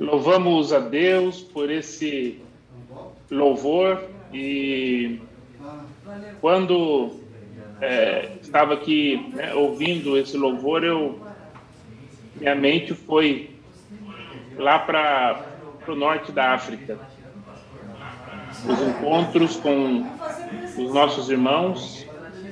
Louvamos a Deus por esse louvor e quando estava aqui, ouvindo esse louvor, minha mente foi lá para o norte da África. Os encontros com os nossos irmãos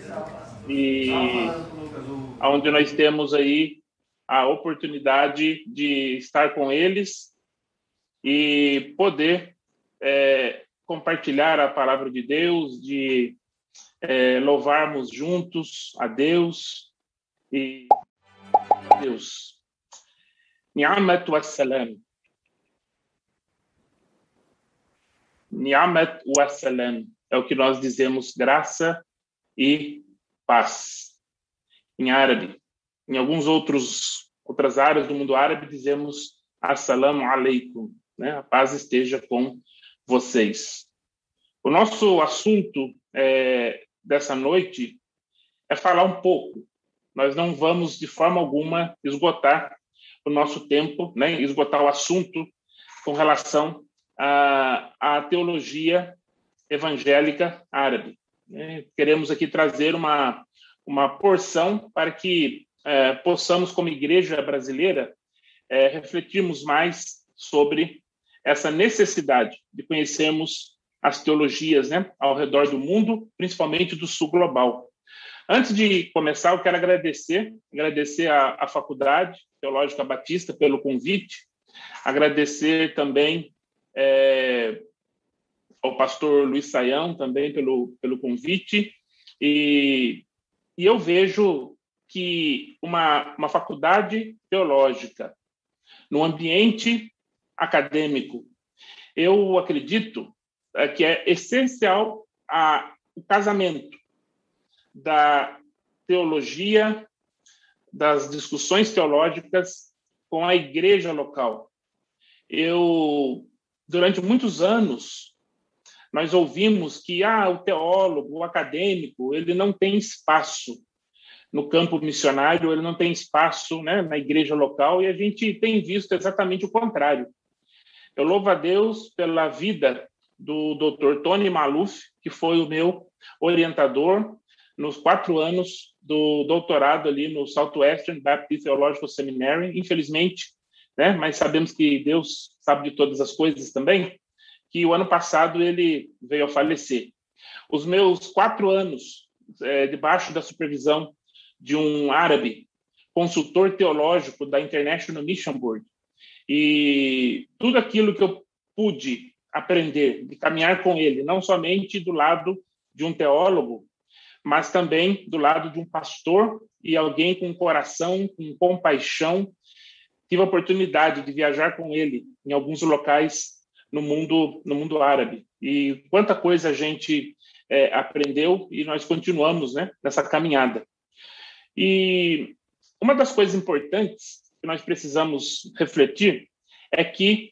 e onde nós temos aí a oportunidade de estar com eles e poder compartilhar a palavra de Deus, de louvarmos juntos a Deus e Deus. Ni'amat wa salam. Ni'amat wa salam é o que nós dizemos, graça e paz em árabe. Em outras áreas do mundo árabe dizemos assalamu alaikum, né? A paz esteja com vocês. O nosso assunto dessa noite é falar um pouco. Nós não vamos de forma alguma esgotar o nosso tempo, né? Esgotar o assunto com relação à teologia evangélica árabe. Queremos aqui trazer uma porção para que possamos, como igreja brasileira, refletirmos mais sobre essa necessidade de conhecermos as teologias, né, ao redor do mundo, principalmente do sul global. Antes de começar, eu quero agradecer à Faculdade Teológica Batista pelo convite, agradecer também ao pastor Luiz Saião também pelo convite, e eu vejo que uma faculdade teológica, no ambiente acadêmico, eu acredito que é essencial o casamento da teologia, das discussões teológicas com a igreja local. Durante muitos anos, nós ouvimos que o teólogo, o acadêmico, ele não tem espaço no campo missionário, ele não tem espaço, né, na igreja local, e a gente tem visto exatamente o contrário. Eu louvo a Deus pela vida do Dr. Tony Maluf, que foi o meu orientador nos 4 anos do doutorado ali no Southwestern Baptist Theological Seminary. Infelizmente, né, mas sabemos que Deus sabe de todas as coisas também, que o ano passado ele veio a falecer. Os meus 4 anos debaixo da supervisão de um árabe, consultor teológico da International Mission Board, e tudo aquilo que eu pude aprender, de caminhar com ele, não somente do lado de um teólogo, mas também do lado de um pastor e alguém com coração, com compaixão. Tive a oportunidade de viajar com ele em alguns locais no mundo árabe. E quanta coisa a gente aprendeu e nós continuamos, né, nessa caminhada. E uma das coisas importantes que nós precisamos refletir é que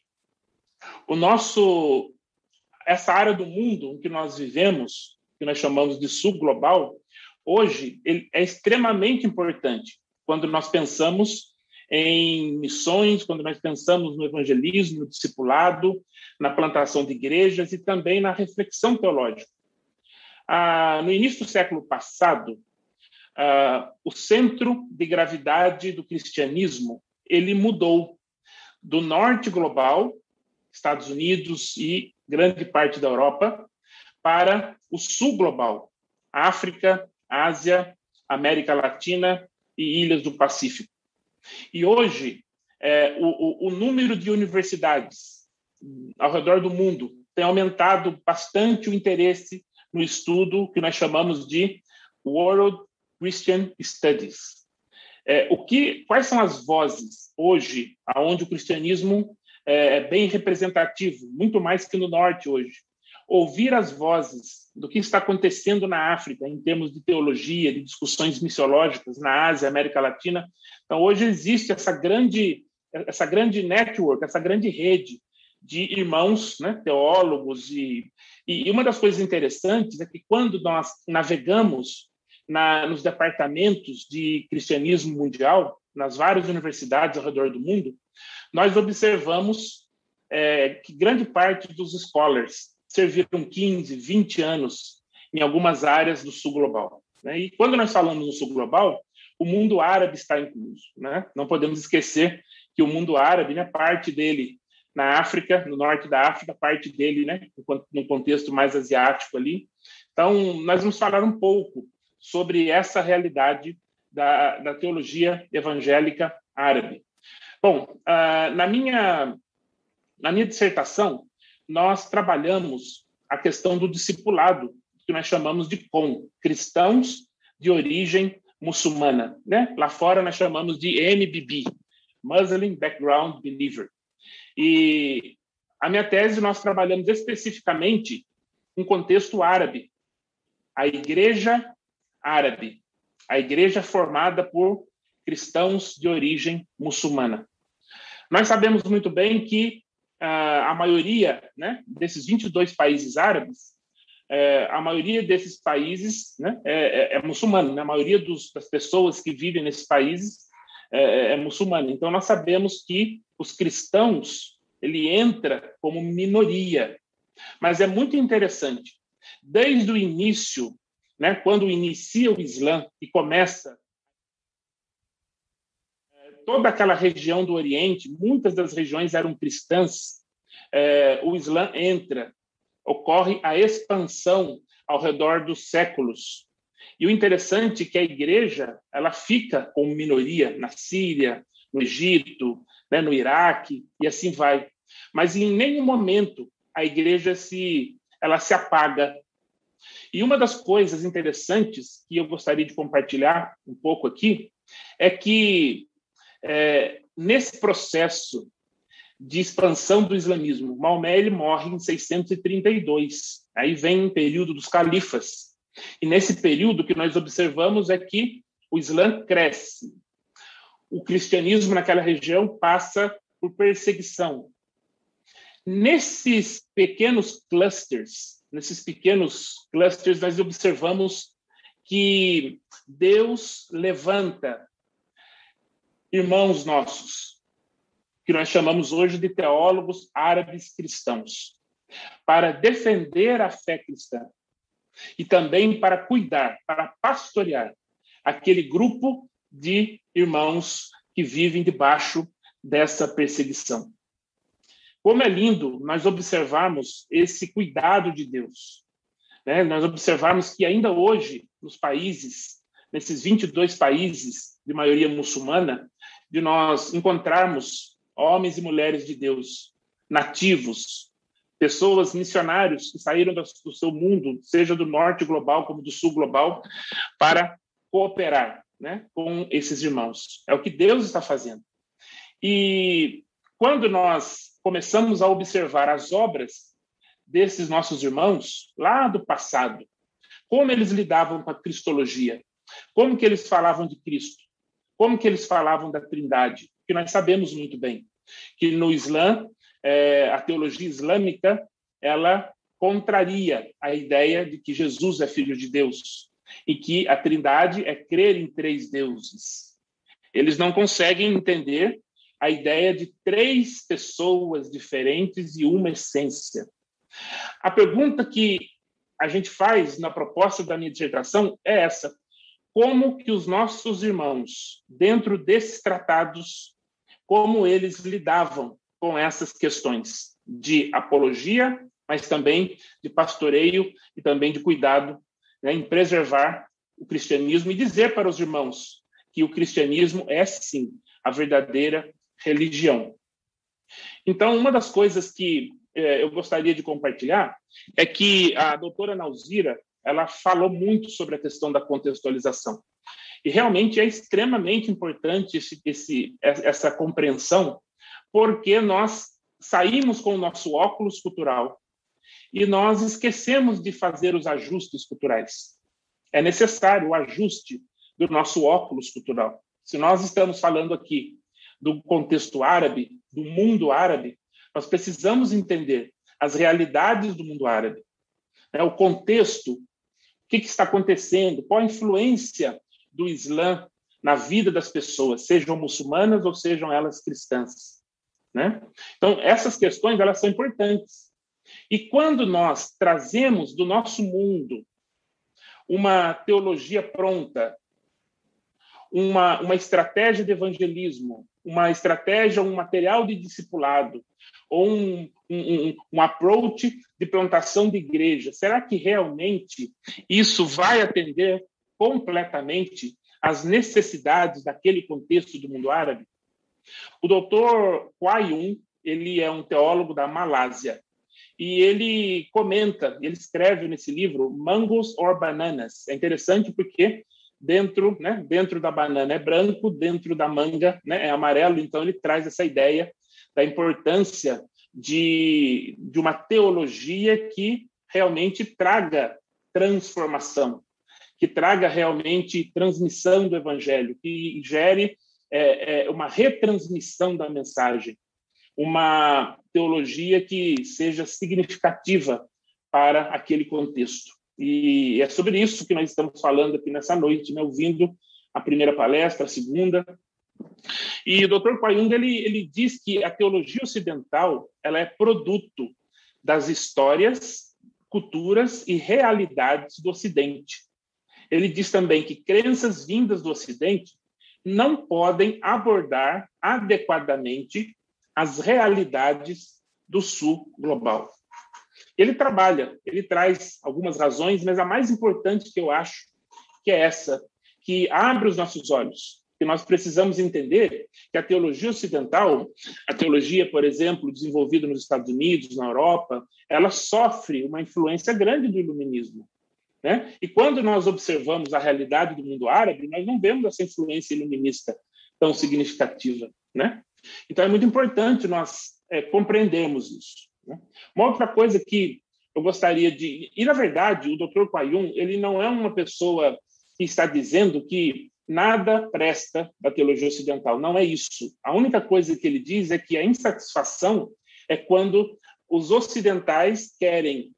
essa área do mundo em que nós vivemos, que nós chamamos de sul global, hoje ele é extremamente importante quando nós pensamos em missões, quando nós pensamos no evangelismo, no discipulado, na plantação de igrejas e também na reflexão teológica. No início do século passado, o centro de gravidade do cristianismo ele mudou do norte global, Estados Unidos e grande parte da Europa, para o sul global, África, Ásia, América Latina e ilhas do Pacífico. E hoje, o número de universidades ao redor do mundo tem aumentado bastante o interesse no estudo que nós chamamos de World Christian Studies. Quais são as vozes hoje, onde o cristianismo é bem representativo, muito mais que no norte hoje? Ouvir as vozes do que está acontecendo na África, em termos de teologia, de discussões missiológicas, na Ásia, América Latina. Então, hoje existe essa grande network, essa grande rede de irmãos, né, teólogos. E uma das coisas interessantes é que quando nós navegamos nos departamentos de cristianismo mundial, nas várias universidades ao redor do mundo, nós observamos que grande parte dos scholars serviram 15, 20 anos em algumas áreas do sul global, né? E quando nós falamos no sul global, o mundo árabe está incluso, né? Não podemos esquecer que o mundo árabe, né, parte dele na África, no norte da África, parte dele, né, no contexto mais asiático ali. Então, nós vamos falar um pouco sobre essa realidade da teologia evangélica árabe. Bom, na minha dissertação, nós trabalhamos a questão do discipulado, que nós chamamos de COM, cristãos de origem muçulmana, né? Lá fora nós chamamos de MBB, Muslim Background Believer. E a minha tese nós trabalhamos especificamente um contexto árabe, a igreja árabe, a igreja formada por cristãos de origem muçulmana. Nós sabemos muito bem que a maioria, né, desses 22 países árabes, a maioria desses países, né, é muçulmano, né? A maioria das pessoas que vivem nesses países é muçulmana. Então, nós sabemos que os cristãos, ele entra como minoria. Mas é muito interessante. Desde o início, né, quando inicia o Islã e começa toda aquela região do Oriente, muitas das regiões eram cristãs, o Islã entra, ocorre a expansão ao redor dos séculos. E o interessante é que a igreja ela fica como minoria na Síria, no Egito, né, no Iraque, e assim vai. Mas em nenhum momento a igreja ela se apaga. E uma das coisas interessantes que eu gostaria de compartilhar um pouco aqui é que nesse processo de expansão do islamismo, Maomé ele morre em 632. Aí vem o período dos califas. E nesse período o que nós observamos é que o Islã cresce. O cristianismo naquela região passa por perseguição. Nesses pequenos clusters, nós observamos que Deus levanta irmãos nossos, que nós chamamos hoje de teólogos árabes cristãos, para defender a fé cristã e também para cuidar, para pastorear aquele grupo de irmãos que vivem debaixo dessa perseguição. Como é lindo nós observarmos esse cuidado de Deus, né? Nós observarmos que ainda hoje, nos países, nesses 22 países de maioria muçulmana, de nós encontrarmos homens e mulheres de Deus, nativos, pessoas, missionários que saíram do seu mundo, seja do norte global como do sul global, para cooperar, né, com esses irmãos. É o que Deus está fazendo. E quando nós começamos a observar as obras desses nossos irmãos, lá do passado, como eles lidavam com a cristologia, como que eles falavam de Cristo, como que eles falavam da Trindade, que nós sabemos muito bem, que no Islã, a teologia islâmica, ela contraria a ideia de que Jesus é filho de Deus e que a Trindade é crer em três deuses. Eles não conseguem entender a ideia de três pessoas diferentes e uma essência. A pergunta que a gente faz na proposta da minha dissertação é essa: como que os nossos irmãos, dentro desses tratados, como eles lidavam com essas questões de apologia, mas também de pastoreio e também de cuidado, né, em preservar o cristianismo e dizer para os irmãos que o cristianismo é, sim, a verdadeira religião. Então, uma das coisas que eu gostaria de compartilhar é que a doutora Nauzira, ela falou muito sobre a questão da contextualização. E realmente é extremamente importante essa compreensão, porque nós saímos com o nosso óculos cultural e nós esquecemos de fazer os ajustes culturais. É necessário o ajuste do nosso óculos cultural. Se nós estamos falando aqui do contexto árabe, do mundo árabe, nós precisamos entender as realidades do mundo árabe, né? O contexto, o que está acontecendo, qual a influência do Islã na vida das pessoas, sejam muçulmanas ou sejam elas cristãs. né? Então, essas questões, elas são importantes. E quando nós trazemos do nosso mundo uma teologia pronta, uma estratégia de evangelismo, uma estratégia, um material de discipulado, ou um approach de plantação de igreja, será que realmente isso vai atender completamente às necessidades daquele contexto do mundo árabe? O doutor Quayum, ele é um teólogo da Malásia, e ele comenta, ele escreve nesse livro, Mangos or Bananas. É interessante porque dentro da banana é branco, dentro da manga, né, é amarelo, então ele traz essa ideia da importância de uma teologia que realmente traga transformação, que traga realmente transmissão do evangelho, que gere uma retransmissão da mensagem, uma teologia que seja significativa para aquele contexto. E é sobre isso que nós estamos falando aqui nessa noite, né, ouvindo a primeira palestra, a segunda. E o Dr. Quayum, ele diz que a teologia ocidental ela é produto das histórias, culturas e realidades do Ocidente. Ele diz também que crenças vindas do Ocidente não podem abordar adequadamente as realidades do Sul global. Ele traz algumas razões, mas a mais importante que eu acho que é essa, que abre os nossos olhos, que nós precisamos entender que a teologia ocidental, a teologia, por exemplo, desenvolvida nos Estados Unidos, na Europa, ela sofre uma influência grande do iluminismo, né? E quando nós observamos a realidade do mundo árabe, nós não vemos essa influência iluminista tão significativa, né? Então, é muito importante nós compreendermos isso, né? Uma outra coisa que eu gostaria de... E, na verdade, o Dr. Quayum, ele não é uma pessoa que está dizendo que nada presta da teologia ocidental. Não é isso. A única coisa que ele diz é que a insatisfação é quando os ocidentais querem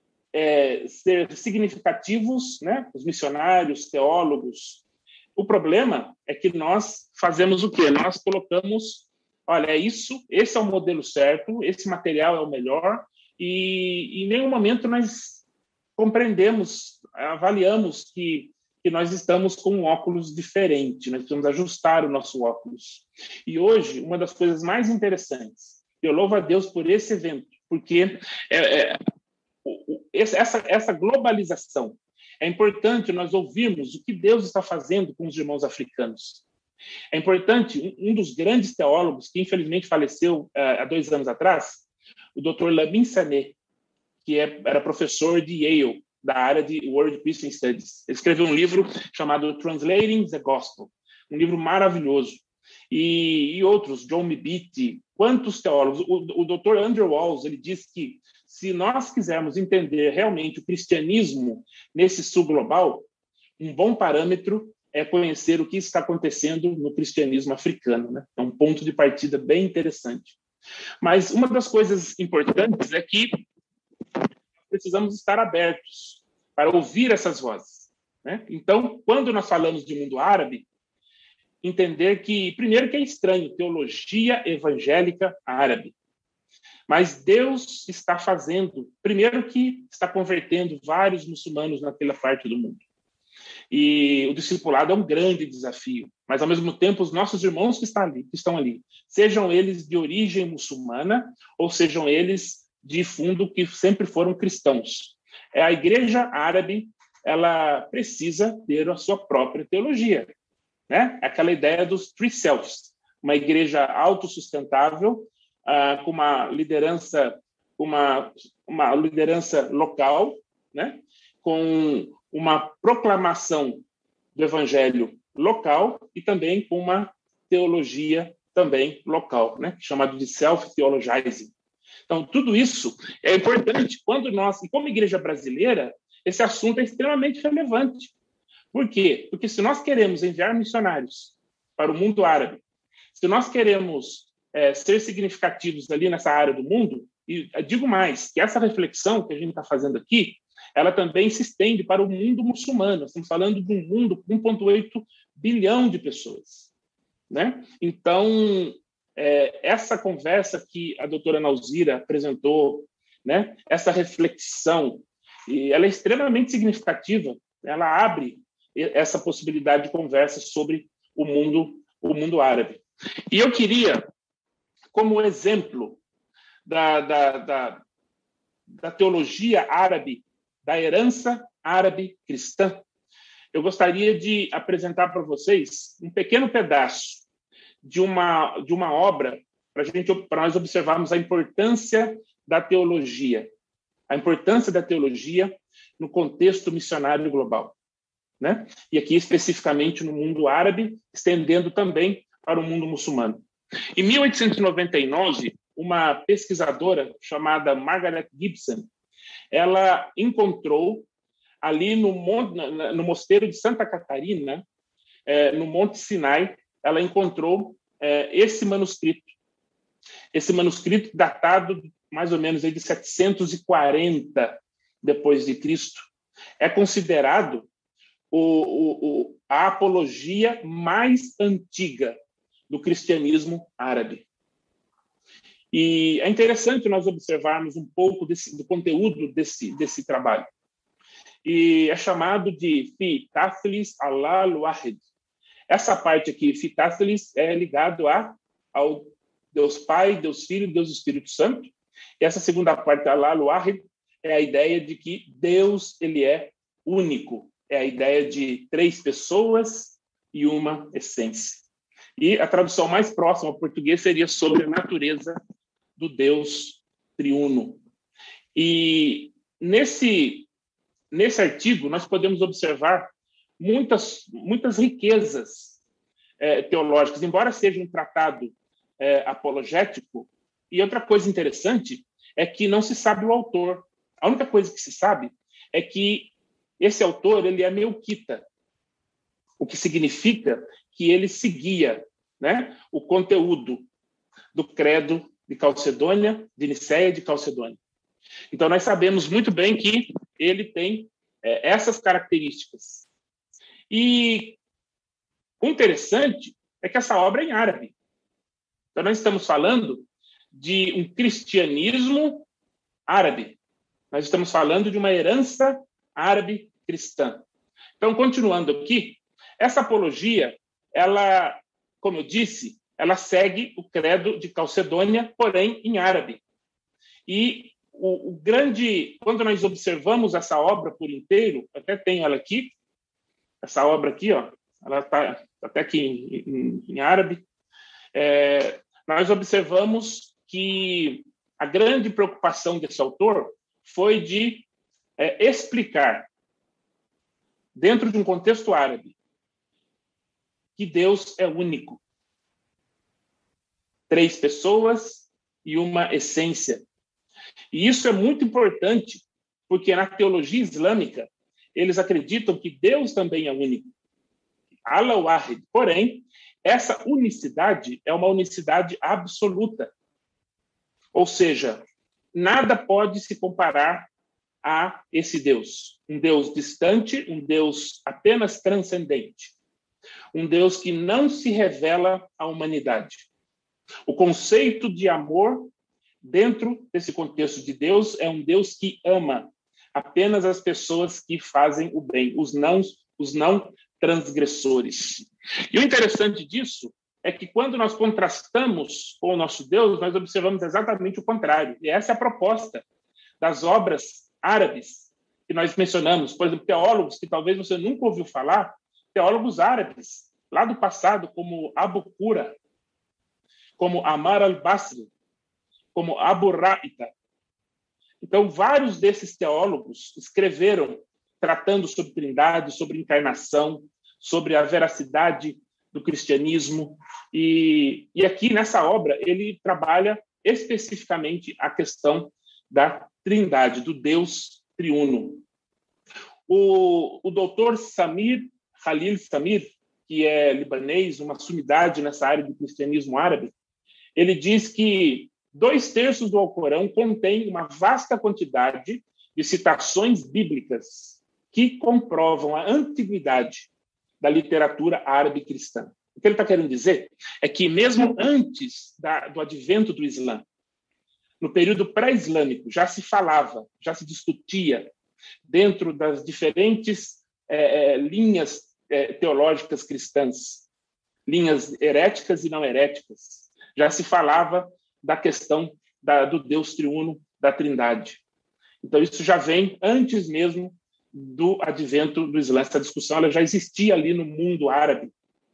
ser significativos, né? Os missionários, teólogos. O problema é que nós fazemos o quê? Nós colocamos, olha, é isso, esse é o modelo certo, esse material é o melhor, e em nenhum momento nós compreendemos, avaliamos que nós estamos com um óculos diferente, nós precisamos ajustar o nosso óculos. E hoje, uma das coisas mais interessantes, eu louvo a Deus por esse evento, porque essa globalização, é importante nós ouvirmos o que Deus está fazendo com os irmãos africanos. É importante, um dos grandes teólogos que infelizmente faleceu há 2 anos atrás, o Dr. Lamin Sané, que era professor de Yale, da área de World Christian Studies. Ele escreveu um livro chamado Translating the Gospel, um livro maravilhoso. E outros, John Mibiti, quantos teólogos. O Dr. Andrew Walls, ele diz que se nós quisermos entender realmente o cristianismo nesse sul global, um bom parâmetro é conhecer o que está acontecendo no cristianismo africano, né? É um ponto de partida bem interessante. Mas uma das coisas importantes é que precisamos estar abertos para ouvir essas vozes, né? Então, quando nós falamos de mundo árabe, entender que, primeiro, que é estranho, teologia evangélica árabe. Mas Deus está fazendo, primeiro que está convertendo vários muçulmanos naquela parte do mundo. E o discipulado é um grande desafio, mas, ao mesmo tempo, os nossos irmãos que estão ali, sejam eles de origem muçulmana ou sejam eles de fundo que sempre foram cristãos. A igreja árabe, ela precisa ter a sua própria teologia, né? Aquela ideia dos three selves, uma igreja autossustentável, com uma liderança local, né? Com uma proclamação do evangelho local e também com uma teologia também local, né? Chamado de self-theologizing. Então, tudo isso é importante quando nós, e como igreja brasileira, esse assunto é extremamente relevante. Por quê? Porque se nós queremos enviar missionários para o mundo árabe, se nós queremos ser significativos ali nessa área do mundo, e digo mais, que essa reflexão que a gente está fazendo aqui, ela também se estende para o mundo muçulmano. Nós estamos falando de um mundo com 1,8 bilhão de pessoas, né? Então, essa conversa que a doutora Nauzira apresentou, né? Essa reflexão, e ela é extremamente significativa, ela abre essa possibilidade de conversa sobre o mundo árabe. E eu queria, como exemplo da teologia árabe, da herança árabe cristã, eu gostaria de apresentar para vocês um pequeno pedaço de uma obra para nós observarmos a importância da teologia no contexto missionário global, né? E aqui especificamente no mundo árabe, estendendo também para o mundo muçulmano. Em 1899, uma pesquisadora chamada Margaret Gibson, ela encontrou ali no mosteiro de Santa Catarina, no Monte Sinai, ela encontrou esse manuscrito datado mais ou menos aí de 740 depois de Cristo. É considerado a apologia mais antiga do cristianismo árabe. E é interessante nós observarmos um pouco do conteúdo desse trabalho. E é chamado de Fi Tathlis Allah al-Wahid. Essa parte aqui, Fi Tathlis, é ligado ao Deus Pai, Deus Filho e Deus Espírito Santo. E essa segunda parte, Allah al-Wahid, é a ideia de que Deus ele é único. É a ideia de 3 pessoas e uma essência. E a tradução mais próxima ao português seria sobre a natureza do Deus triuno. E nesse artigo nós podemos observar muitas riquezas teológicas, embora seja um tratado apologético. E outra coisa interessante é que não se sabe o autor. A única coisa que se sabe é que esse autor ele é melquita, o que significa que ele seguia, né, o conteúdo do credo de Calcedônia, de Nicéia de Calcedônia. Então, nós sabemos muito bem que ele tem essas características. E o interessante é que essa obra é em árabe. Então, nós estamos falando de um cristianismo árabe. Nós estamos falando de uma herança árabe cristã. Então, continuando aqui, essa apologia, ela, como eu disse, ela segue o credo de Calcedônia, porém em árabe. E quando nós observamos essa obra por inteiro, até tenho ela aqui, essa obra aqui, ó, ela está até aqui em árabe, nós observamos que a grande preocupação desse autor foi de explicar, dentro de um contexto árabe, que Deus é único. 3 pessoas e uma essência. E isso é muito importante, porque na teologia islâmica, eles acreditam que Deus também é único. Allah Wahid. Porém, essa unicidade é uma unicidade absoluta. Ou seja, nada pode se comparar a esse Deus. Um Deus distante, um Deus apenas transcendente. Um Deus que não se revela à humanidade. O conceito de amor dentro desse contexto de Deus é um Deus que ama apenas as pessoas que fazem o bem, os não transgressores. E o interessante disso é que quando nós contrastamos com o nosso Deus, nós observamos exatamente o contrário. E essa é a proposta das obras árabes que nós mencionamos. Por exemplo, teólogos que talvez você nunca ouviu falar, teólogos árabes, lá do passado, como Abu Qura, como Amar al-Basri, como Abu Ra'ita. Então, vários desses teólogos escreveram tratando sobre trindade, sobre encarnação, sobre a veracidade do cristianismo. E aqui, nessa obra, ele trabalha especificamente a questão da trindade, do Deus triuno. O doutor Khalil Samir, que é libanês, uma sumidade nessa área do cristianismo árabe, ele diz que 2/3 do Alcorão contém uma vasta quantidade de citações bíblicas que comprovam a antiguidade da literatura árabe cristã. O que ele está querendo dizer é que mesmo antes do advento do Islã, no período pré-islâmico, já se falava, já se discutia dentro das diferentes linhas teológicas cristãs, linhas heréticas e não heréticas, já se falava da questão do Deus triuno, da Trindade. Então, isso já vem antes mesmo do advento do Islã. Essa discussão ela já existia ali no mundo árabe.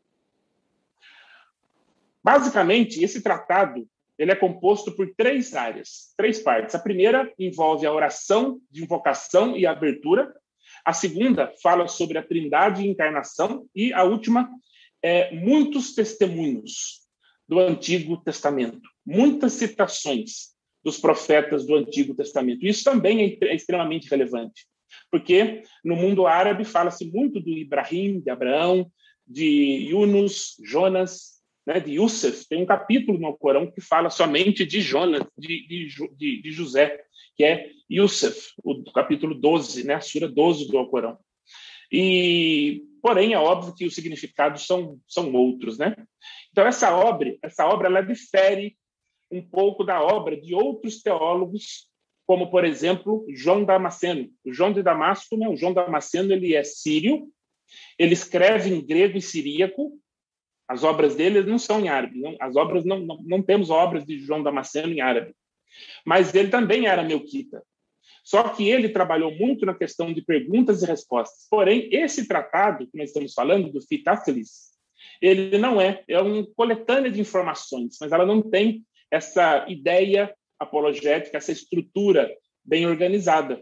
Basicamente, esse tratado ele é composto por 3 áreas, 3 partes. A primeira envolve a oração de invocação e abertura. A segunda fala sobre a Trindade e encarnação. E a última é muitos testemunhos do Antigo Testamento, muitas citações dos profetas do Antigo Testamento. Isso também é extremamente relevante, porque no mundo árabe fala-se muito do Ibrahim, de Abraão, de Yunus, Jonas, né, de Yusuf. Tem um capítulo no Corão que fala somente de Jonas, de José, que é Yusuf, o capítulo 12, né, a sura 12 do Alcorão. Porém, é óbvio que os significados são outros, né? Então, essa obra ela difere um pouco da obra de outros teólogos, como, por exemplo, João Damasceno. O João de Damasco, né? O João Damasceno, ele é sírio, ele escreve em grego e siríaco. As obras dele não são em árabe. Não temos obras de João Damasceno em árabe. Mas ele também era melquita. Só que ele trabalhou muito na questão de perguntas e respostas. Porém, esse tratado que nós estamos falando, do Fitácelis, ele não é um coletânea de informações, mas ela não tem essa ideia apologética, essa estrutura bem organizada.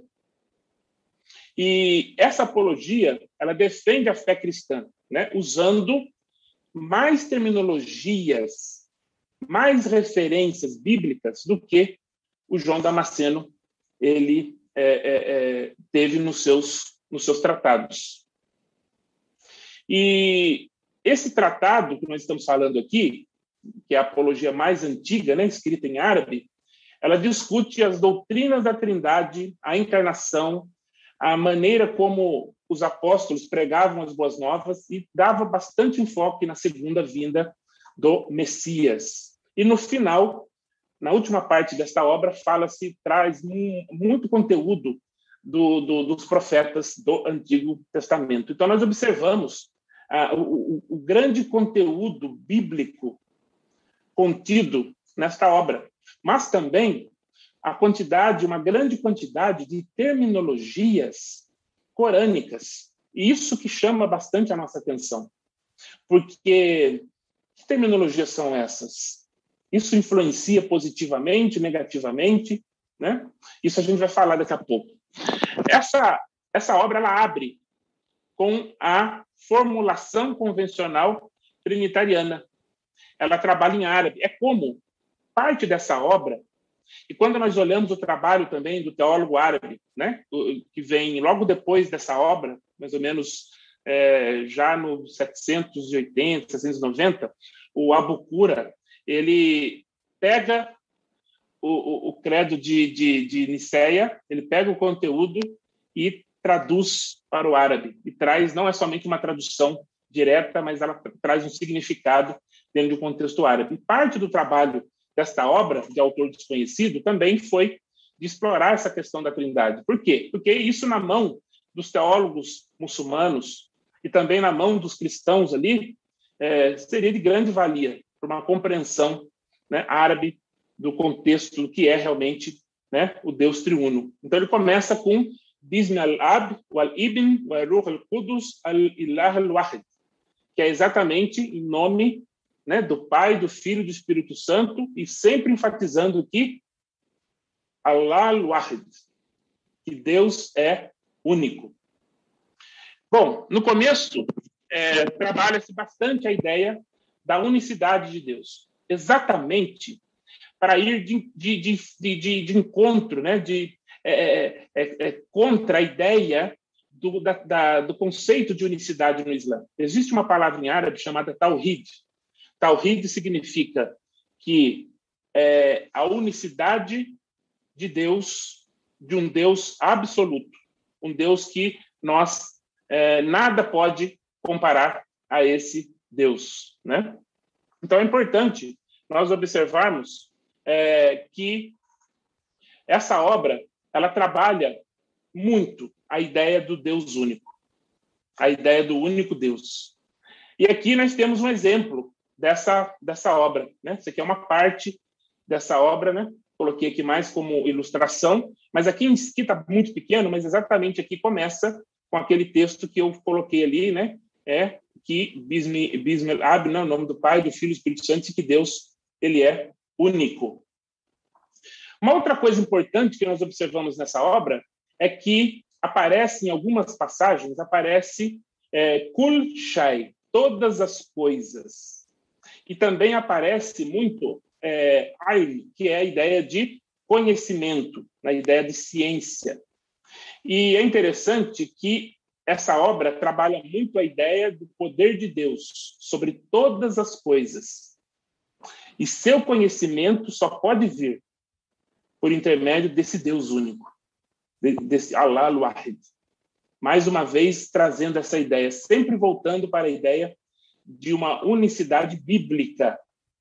E essa apologia, ela defende a fé cristã, né, usando mais terminologias, mais referências bíblicas do que o João Damasceno ele teve nos seus tratados. E esse tratado que nós estamos falando aqui, que é a apologia mais antiga, né, escrita em árabe, ela discute as doutrinas da Trindade, a encarnação, a maneira como os apóstolos pregavam as boas novas e dava bastante enfoque na segunda vinda do Messias. E no final, na última parte desta obra, traz muito conteúdo dos profetas do Antigo Testamento. Então, nós observamos o grande conteúdo bíblico contido nesta obra, mas também uma grande quantidade de terminologias corânicas. E isso que chama bastante a nossa atenção. Porque que terminologias são essas? Isso influencia positivamente, negativamente, né? Isso a gente vai falar daqui a pouco. Essa obra ela abre com a formulação convencional trinitariana. Ela trabalha em árabe. É como parte dessa obra, e quando nós olhamos o trabalho também do teólogo árabe, né, que vem logo depois dessa obra, mais ou menos já no 780, 790, o Abu Qura, ele pega o credo de Nicéia, ele pega o conteúdo e traduz para o árabe. E traz, não é somente uma tradução direta, mas ela traz um significado dentro do contexto árabe. E parte do trabalho desta obra, de autor desconhecido, também foi de explorar essa questão da Trindade. Por quê? Porque isso na mão dos teólogos muçulmanos e também na mão dos cristãos ali, seria de grande valia para uma compreensão, né, árabe do contexto do que é realmente, né, o Deus triuno. Então ele começa com Bismi al-Ab, wal-Ibn, wal-Ruh al-Qudus, al-Ilah al-Wahid, que é exatamente em nome, né, do Pai, do Filho e do Espírito Santo, e sempre enfatizando que Allah al-Wahid, que Deus é único. Bom, no começo, trabalha-se bastante a ideia da unicidade de Deus, exatamente para ir de encontro, né, contra a ideia do conceito de unicidade no Islã. Existe uma palavra em árabe chamada Tawhid. Tawhid significa que a unicidade de Deus, de um Deus absoluto, um Deus que nada pode comparar a esse Deus, né? Então, é importante nós observarmos que essa obra, ela trabalha muito a ideia do Deus único, a ideia do único Deus. E aqui nós temos um exemplo dessa obra, né? Isso aqui é uma parte dessa obra, né? Coloquei aqui mais como ilustração, mas aqui está muito pequeno, mas exatamente aqui começa com aquele texto que eu coloquei ali, né? Que Bismillah, não, o nome do Pai, do Filho e do Espírito Santo, e que Deus, ele é único. Uma outra coisa importante que nós observamos nessa obra é que aparece em algumas passagens, aparece Kul Shai, todas as coisas. E também aparece muito Ayn, que é a ideia de conhecimento, a ideia de ciência. E é interessante que essa obra trabalha muito a ideia do poder de Deus sobre todas as coisas. E seu conhecimento só pode vir por intermédio desse Deus único, desse Allah al-Wahid. Mais uma vez, trazendo essa ideia, sempre voltando para a ideia de uma unicidade bíblica.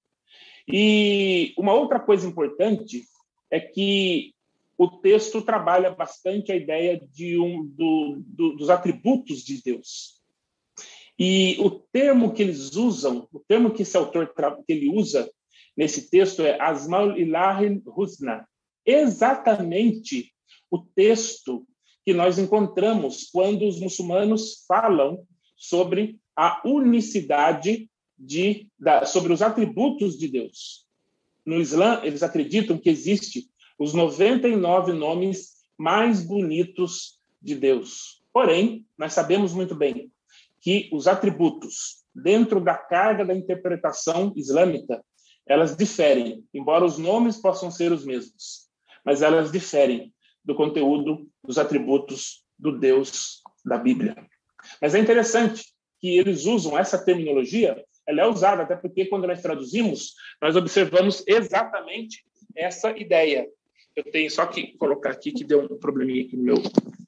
E uma outra coisa importante é que o texto trabalha bastante a ideia dos atributos de Deus. E o termo que eles usam, o termo que esse autor que ele usa nesse texto é Asmaul Ilahil Husna, exatamente o texto que nós encontramos quando os muçulmanos falam sobre a unicidade sobre os atributos de Deus. No Islã, eles acreditam que existe os 99 nomes mais bonitos de Deus. Porém, nós sabemos muito bem que os atributos, dentro da carga da interpretação islâmica, elas diferem, embora os nomes possam ser os mesmos, mas elas diferem do conteúdo dos atributos do Deus da Bíblia. Mas é interessante que eles usam essa terminologia, ela é usada até porque quando nós traduzimos, nós observamos exatamente essa ideia. Eu tenho só que colocar aqui que deu um probleminha aqui no meu...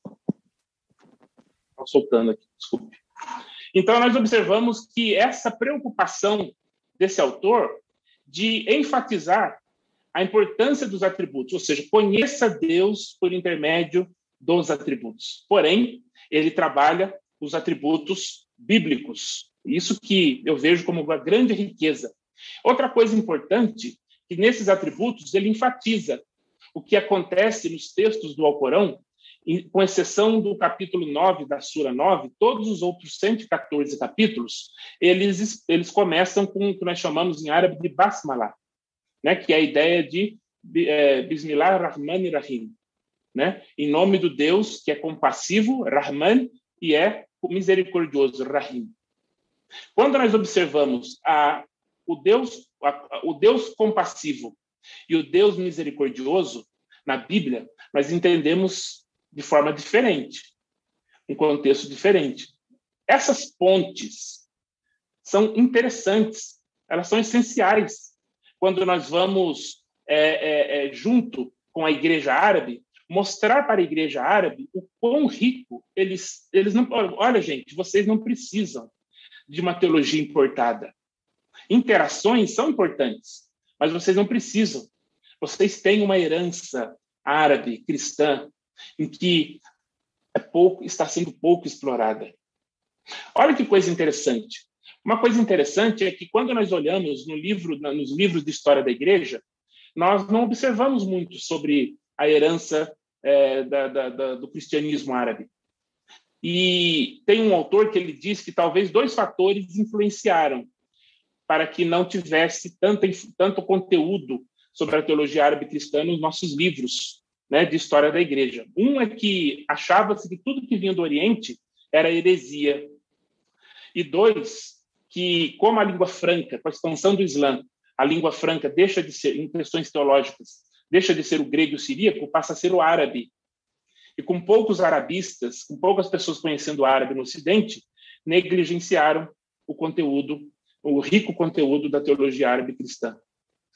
Estou soltando aqui, desculpe. Então, nós observamos que essa preocupação desse autor de enfatizar a importância dos atributos, ou seja, conheça Deus por intermédio dos atributos. Porém, ele trabalha os atributos bíblicos. Isso que eu vejo como uma grande riqueza. Outra coisa importante, que nesses atributos ele enfatiza o que acontece nos textos do Alcorão, com exceção do capítulo 9 da Sura 9, todos os outros 114 capítulos, eles começam com o que nós chamamos em árabe de Basmala, né, que é a ideia de Bismillah ar-Rahman ar-Rahim, né, em nome do Deus que é compassivo, Rahman, e é misericordioso, Rahim. Quando nós observamos o Deus compassivo e o Deus misericordioso na Bíblia, nós entendemos de forma diferente, um contexto diferente. Essas pontes são interessantes, elas são essenciais. Quando nós vamos junto com a Igreja Árabe, mostrar para a Igreja Árabe o quão rico eles não... Olha, gente, vocês não precisam de uma teologia importada. Interações são importantes, mas vocês não precisam. Vocês têm uma herança árabe, cristã, em que está sendo pouco explorada. Olha que coisa interessante. Uma coisa interessante é que quando nós olhamos nos livros de história da igreja, nós não observamos muito sobre a herança do cristianismo árabe. E tem um autor que ele diz que talvez 2 fatores influenciaram para que não tivesse tanto conteúdo sobre a teologia árabe cristã nos nossos livros, né, de história da igreja. Um é que achava-se que tudo que vinha do Oriente era heresia. E 2, que como a língua franca, com a expansão do Islã, a língua franca deixa de ser, em questões teológicas, deixa de ser o grego e o siríaco, passa a ser o árabe. E com poucos arabistas, com poucas pessoas conhecendo o árabe no Ocidente, negligenciaram o rico conteúdo da teologia árabe cristã.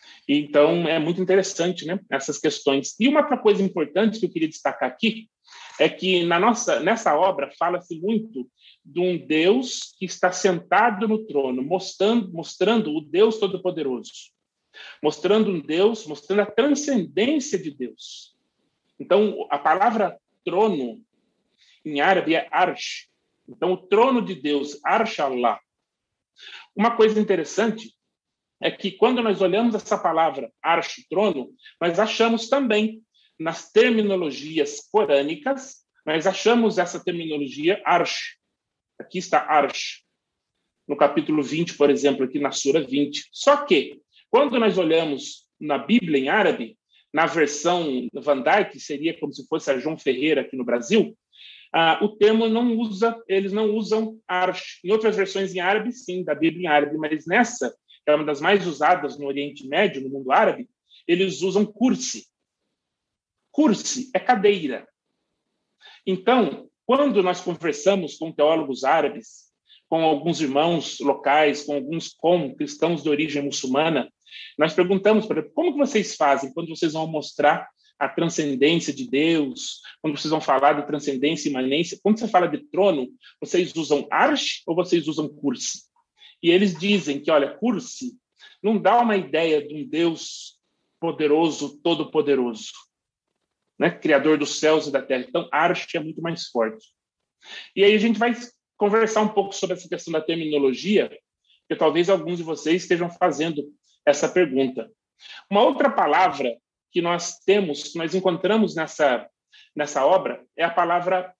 Então, é muito interessante, né, essas questões. E uma outra coisa importante que eu queria destacar aqui é que nessa obra fala-se muito de um Deus que está sentado no trono, mostrando o Deus Todo-Poderoso, mostrando a transcendência de Deus. Então, a palavra trono, em árabe, é Arsh. Então, o trono de Deus, Arsh Allah. Uma coisa interessante é que quando nós olhamos essa palavra Arsh, trono, nós achamos também, nas terminologias corânicas, nós achamos essa terminologia Arsh. Aqui está Arsh. No capítulo 20, por exemplo, aqui na Sura 20. Só que, quando nós olhamos na Bíblia em árabe, na versão Van Dyck, que seria como se fosse a João Ferreira aqui no Brasil, o termo eles não usam Arsh. Em outras versões em árabe, sim, da Bíblia em árabe, mas nessa, que é uma das mais usadas no Oriente Médio, no mundo árabe, eles usam kursi. Kursi é cadeira. Então, quando nós conversamos com teólogos árabes, com alguns irmãos locais, com alguns cristãos de origem muçulmana, nós perguntamos para eles, como que vocês fazem quando vocês vão mostrar a transcendência de Deus, quando vocês vão falar de transcendência e imanência, quando você fala de trono, vocês usam Arsh ou vocês usam Kursi? E eles dizem que, olha, Kursi não dá uma ideia de um Deus poderoso, todo-poderoso, né? Criador dos céus e da terra. Então, Arsh é muito mais forte. E aí a gente vai conversar um pouco sobre essa questão da terminologia, porque talvez alguns de vocês estejam fazendo essa pergunta. Uma outra palavra que nós encontramos nessa obra, é a palavra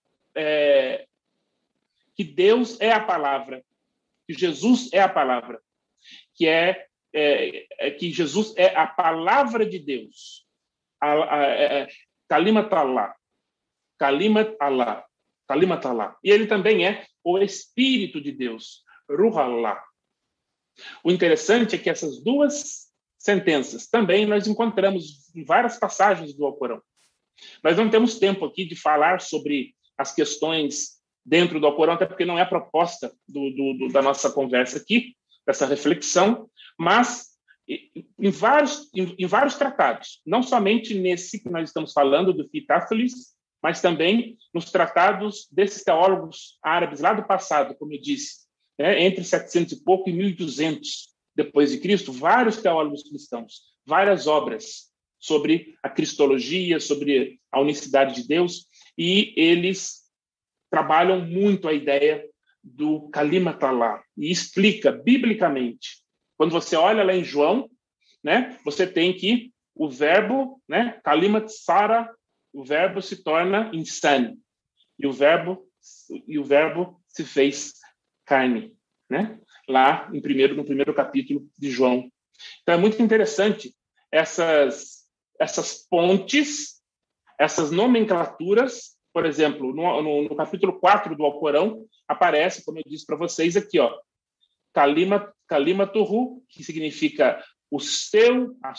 que Deus é a palavra, que Jesus é a palavra, que Jesus é a palavra de Deus. Kalimat Allah. Kalimat Allah. Kalimat Allah. E ele também é o Espírito de Deus. Ruh Allah. O interessante é que essas duas sentenças também nós encontramos em várias passagens do Alcorão. Nós não temos tempo aqui de falar sobre as questões dentro do Alcorão, até porque não é a proposta da nossa conversa aqui, dessa reflexão, mas em vários tratados, não somente nesse que nós estamos falando, do Fitáfilis, mas também nos tratados desses teólogos árabes lá do passado, como eu disse, entre 700 e pouco e 1200 depois de Cristo, vários teólogos cristãos, várias obras sobre a cristologia, sobre a unicidade de Deus, e eles trabalham muito a ideia do Kalimat Allah e explica biblicamente. Quando você olha lá em João, né, você tem que o verbo, né, Kalimat Sara, o verbo se torna insan, e o verbo se fez carne, né? Lá no primeiro capítulo de João. Então é muito interessante essas pontes, essas nomenclaturas. Por exemplo, no capítulo 4 do Alcorão, aparece, como eu disse para vocês aqui, ó, Kalimatuhu, que significa a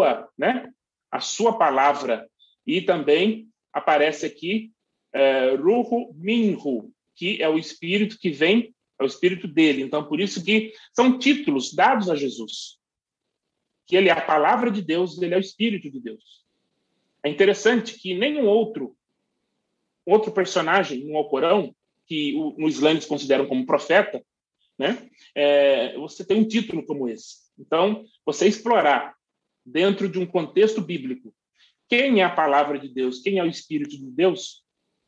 sua palavra, e também aparece aqui Ruhu Minhu, que é o Espírito que vem, é o Espírito dele. Então, por isso que são títulos dados a Jesus, que ele é a palavra de Deus, ele é o Espírito de Deus. É interessante que nenhum outro personagem no Alcorão, que no Islã eles consideram como profeta, né? Você tem um título como esse. Então, você explorar dentro de um contexto bíblico quem é a palavra de Deus, quem é o Espírito de Deus,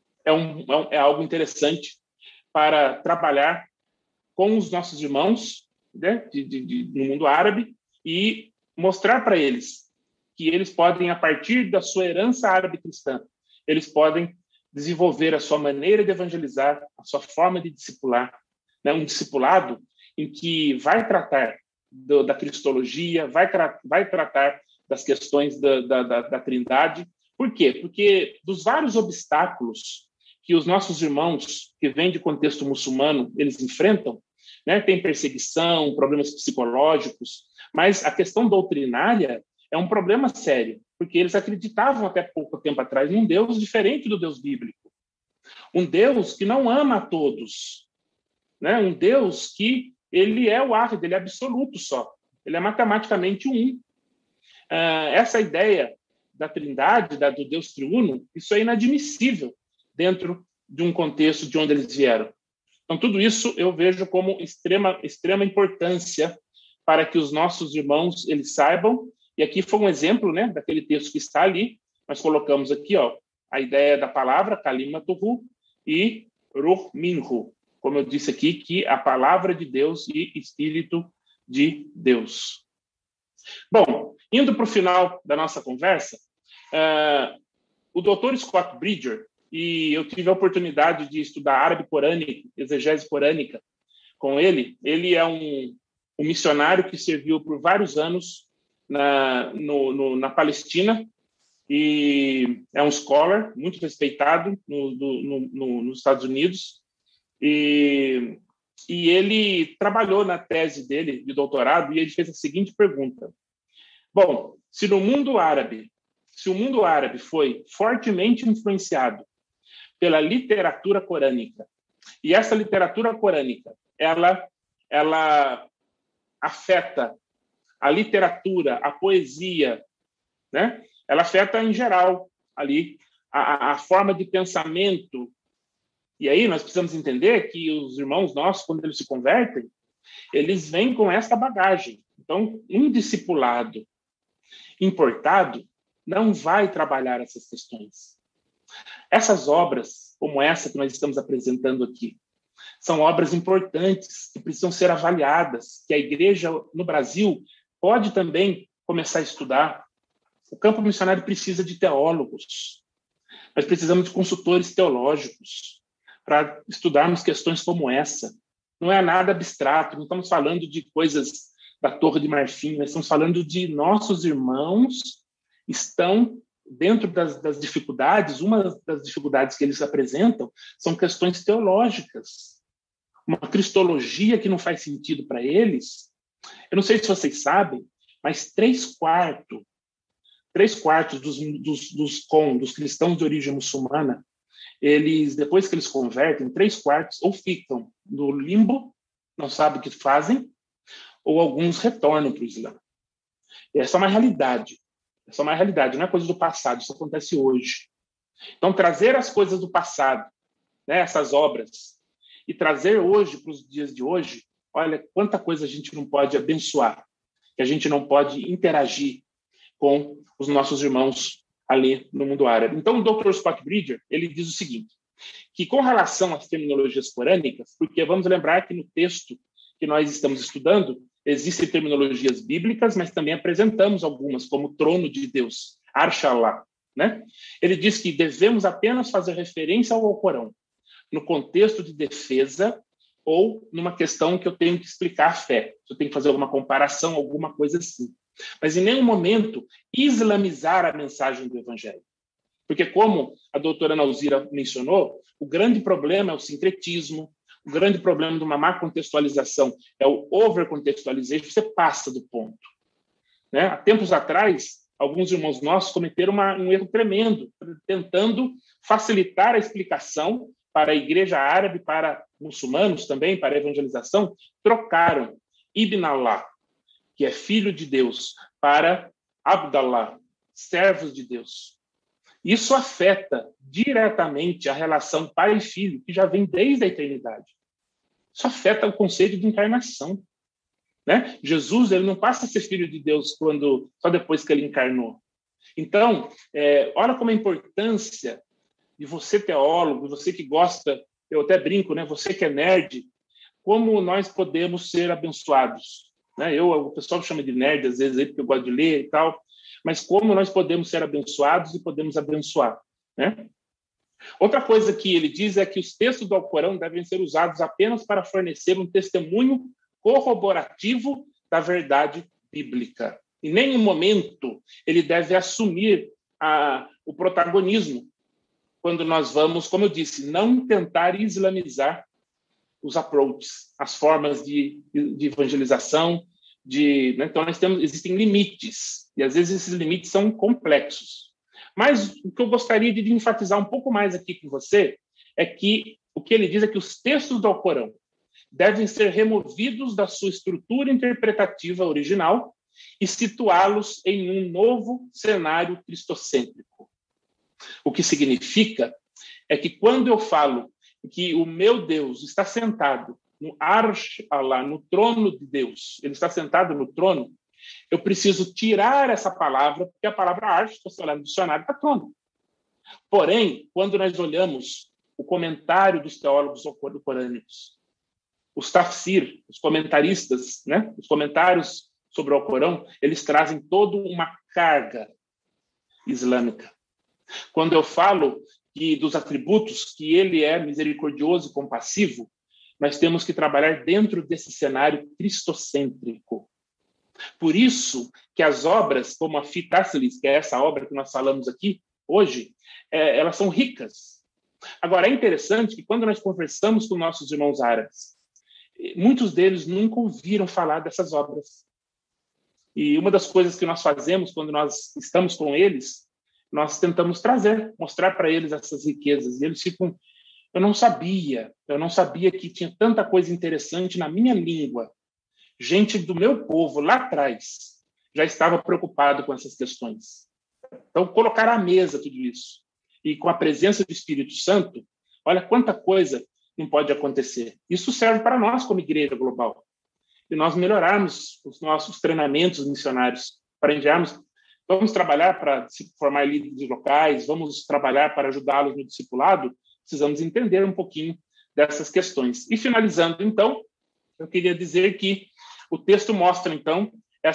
é algo interessante para trabalhar com os nossos irmãos, né, no mundo árabe, e mostrar para eles que eles podem, a partir da sua herança árabe cristã, eles podem desenvolver a sua maneira de evangelizar, a sua forma de discipular, né, um discipulado em que vai tratar da cristologia, vai tratar das questões da Trindade. Por quê? Porque dos vários obstáculos que os nossos irmãos que vêm de contexto muçulmano, eles enfrentam, né? Tem perseguição, problemas psicológicos, mas a questão doutrinária é um problema sério, porque eles acreditavam até pouco tempo atrás em um Deus diferente do Deus bíblico. Um Deus que não ama a todos, né? Um Deus que ele é o Ahad, ele é absoluto só. Ele é matematicamente um. Essa ideia da Trindade, do Deus triuno, isso é inadmissível dentro de um contexto de onde eles vieram. Então, tudo isso eu vejo como extrema importância para que os nossos irmãos eles saibam. E aqui foi um exemplo, né, daquele texto que está ali. Nós colocamos aqui, a ideia da palavra, kalimatuhu, e ruh minhu. Como eu disse aqui, que a palavra de Deus e Espírito de Deus. Bom, indo para o final da nossa conversa, o Dr. Scott Bridger, e eu tive a oportunidade de estudar árabe corânico, exegese corânica com ele. Ele é um missionário que serviu por vários anos na Palestina e é um scholar muito respeitado nos Estados Unidos. E ele trabalhou na tese dele de doutorado e ele fez a seguinte pergunta. Bom, se o mundo árabe foi fortemente influenciado pela literatura corânica, e essa literatura corânica, ela afeta a literatura, a poesia, né? Ela afeta em geral ali a forma de pensamento. E aí nós precisamos entender que os irmãos nossos, quando eles se convertem, eles vêm com essa bagagem. Então, um discipulado importado não vai trabalhar essas questões. Essas obras, como essa que nós estamos apresentando aqui, são obras importantes que precisam ser avaliadas, que a igreja no Brasil pode também começar a estudar. O campo missionário precisa de teólogos. Nós precisamos de consultores teológicos para estudarmos questões como essa. Não é nada abstrato, não estamos falando de coisas da Torre de Marfim, nós estamos falando de nossos irmãos estão dentro das dificuldades. Uma das dificuldades que eles apresentam são questões teológicas. Uma cristologia que não faz sentido para eles. Eu não sei se vocês sabem, mas 3/4 dos cristãos de origem muçulmana, eles, depois que eles convertem, 3/4 ou ficam no limbo, não sabem o que fazem, ou alguns retornam para o Islã. E essa é uma realidade. Essa é uma realidade, não é coisa do passado, isso acontece hoje. Então, trazer as coisas do passado, né, essas obras, e trazer hoje para os dias de hoje, olha quanta coisa a gente não pode abençoar, que a gente não pode interagir com os nossos irmãos ali no mundo árabe. Então, o Dr. Scott Bridger, ele diz o seguinte, que com relação às terminologias corânicas, porque vamos lembrar que no texto que nós estamos estudando, existem terminologias bíblicas, mas também apresentamos algumas, como trono de Deus, Arshallah, né? Ele diz que devemos apenas fazer referência ao Alcorão, no contexto de defesa ou numa questão que eu tenho que explicar a fé, eu tenho que fazer alguma comparação, alguma coisa assim. Mas em nenhum momento islamizar a mensagem do Evangelho. Porque como a doutora Nauzira mencionou, o grande problema é o sincretismo, o grande problema de uma má contextualização é o overcontextualization, você passa do ponto. Né? Há tempos atrás, alguns irmãos nossos cometeram um erro tremendo, tentando facilitar a explicação para a igreja árabe, para muçulmanos também, para a evangelização, trocaram Ibn Allah, que é filho de Deus, para Abdallah, servos de Deus. Isso afeta diretamente a relação pai e filho, que já vem desde a eternidade. Isso afeta o conceito de encarnação. Né? Jesus ele não passa a ser filho de Deus só depois que ele encarnou. Então, olha como a importância de você, teólogo, você que gosta, eu até brinco, né? Você que é nerd, como nós podemos ser abençoados. Né? O pessoal me chama de nerd, às vezes, porque eu gosto de ler e tal, mas como nós podemos ser abençoados e podemos abençoar. Né? Outra coisa que ele diz é que os textos do Alcorão devem ser usados apenas para fornecer um testemunho corroborativo da verdade bíblica. Em nenhum momento ele deve assumir o protagonismo quando nós vamos, como eu disse, não tentar islamizar os approaches, as formas de evangelização. Né? Então, existem limites, e às vezes esses limites são complexos. Mas o que eu gostaria de enfatizar um pouco mais aqui com você é que o que ele diz é que os textos do Alcorão devem ser removidos da sua estrutura interpretativa original e situá-los em um novo cenário cristocêntrico. O que significa é que quando eu falo que o meu Deus está sentado no Arsh Allah, no trono de Deus, ele está sentado no trono, eu preciso tirar essa palavra, porque a palavra Arsh, se você olhar no dicionário, está trono. Porém, quando nós olhamos o comentário dos teólogos corânicos, os tafsir, os comentaristas, né, os comentários sobre o Alcorão, eles trazem toda uma carga islâmica. Quando eu falo dos atributos que ele é misericordioso e compassivo, nós temos que trabalhar dentro desse cenário cristocêntrico. Por isso que as obras, como a Fi Taslis, que é essa obra que nós falamos aqui hoje, elas são ricas. Agora, é interessante que quando nós conversamos com nossos irmãos árabes, muitos deles nunca ouviram falar dessas obras. E uma das coisas que nós fazemos quando nós estamos com eles, nós tentamos mostrar para eles essas riquezas. E eles ficam, eu não sabia que tinha tanta coisa interessante na minha língua. Gente do meu povo, lá atrás, já estava preocupado com essas questões. Então, colocar à mesa tudo isso. E com a presença do Espírito Santo, olha quanta coisa não pode acontecer. Isso serve para nós como igreja global. E nós melhorarmos os nossos treinamentos missionários, para enviarmos. Vamos trabalhar para se formar líderes locais, vamos trabalhar para ajudá-los no discipulado, precisamos entender um pouquinho dessas questões. E finalizando, então, eu queria dizer que o texto mostra, então,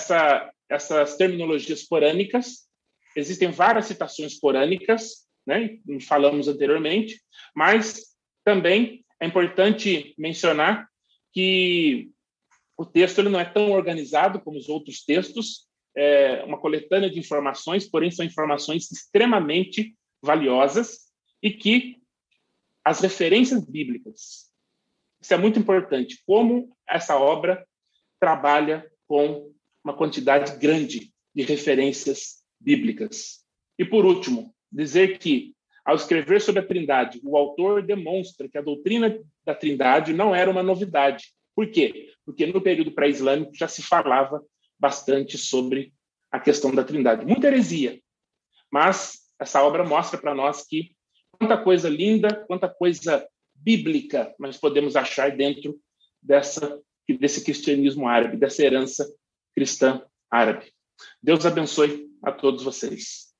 essas terminologias corânicas. Existem várias citações corânicas, né? Falamos anteriormente, mas também é importante mencionar que o texto ele não é tão organizado como os outros textos, é uma coletânea de informações, porém são informações extremamente valiosas e que as referências bíblicas, isso é muito importante, como essa obra trabalha com uma quantidade grande de referências bíblicas. E, por último, dizer que, ao escrever sobre a Trindade, o autor demonstra que a doutrina da Trindade não era uma novidade. Por quê? Porque no período pré-islâmico já se falava bastante sobre a questão da Trindade. Muita heresia, mas essa obra mostra para nós que quanta coisa linda, quanta coisa bíblica nós podemos achar dentro desse cristianismo árabe, dessa herança cristã árabe. Deus abençoe a todos vocês.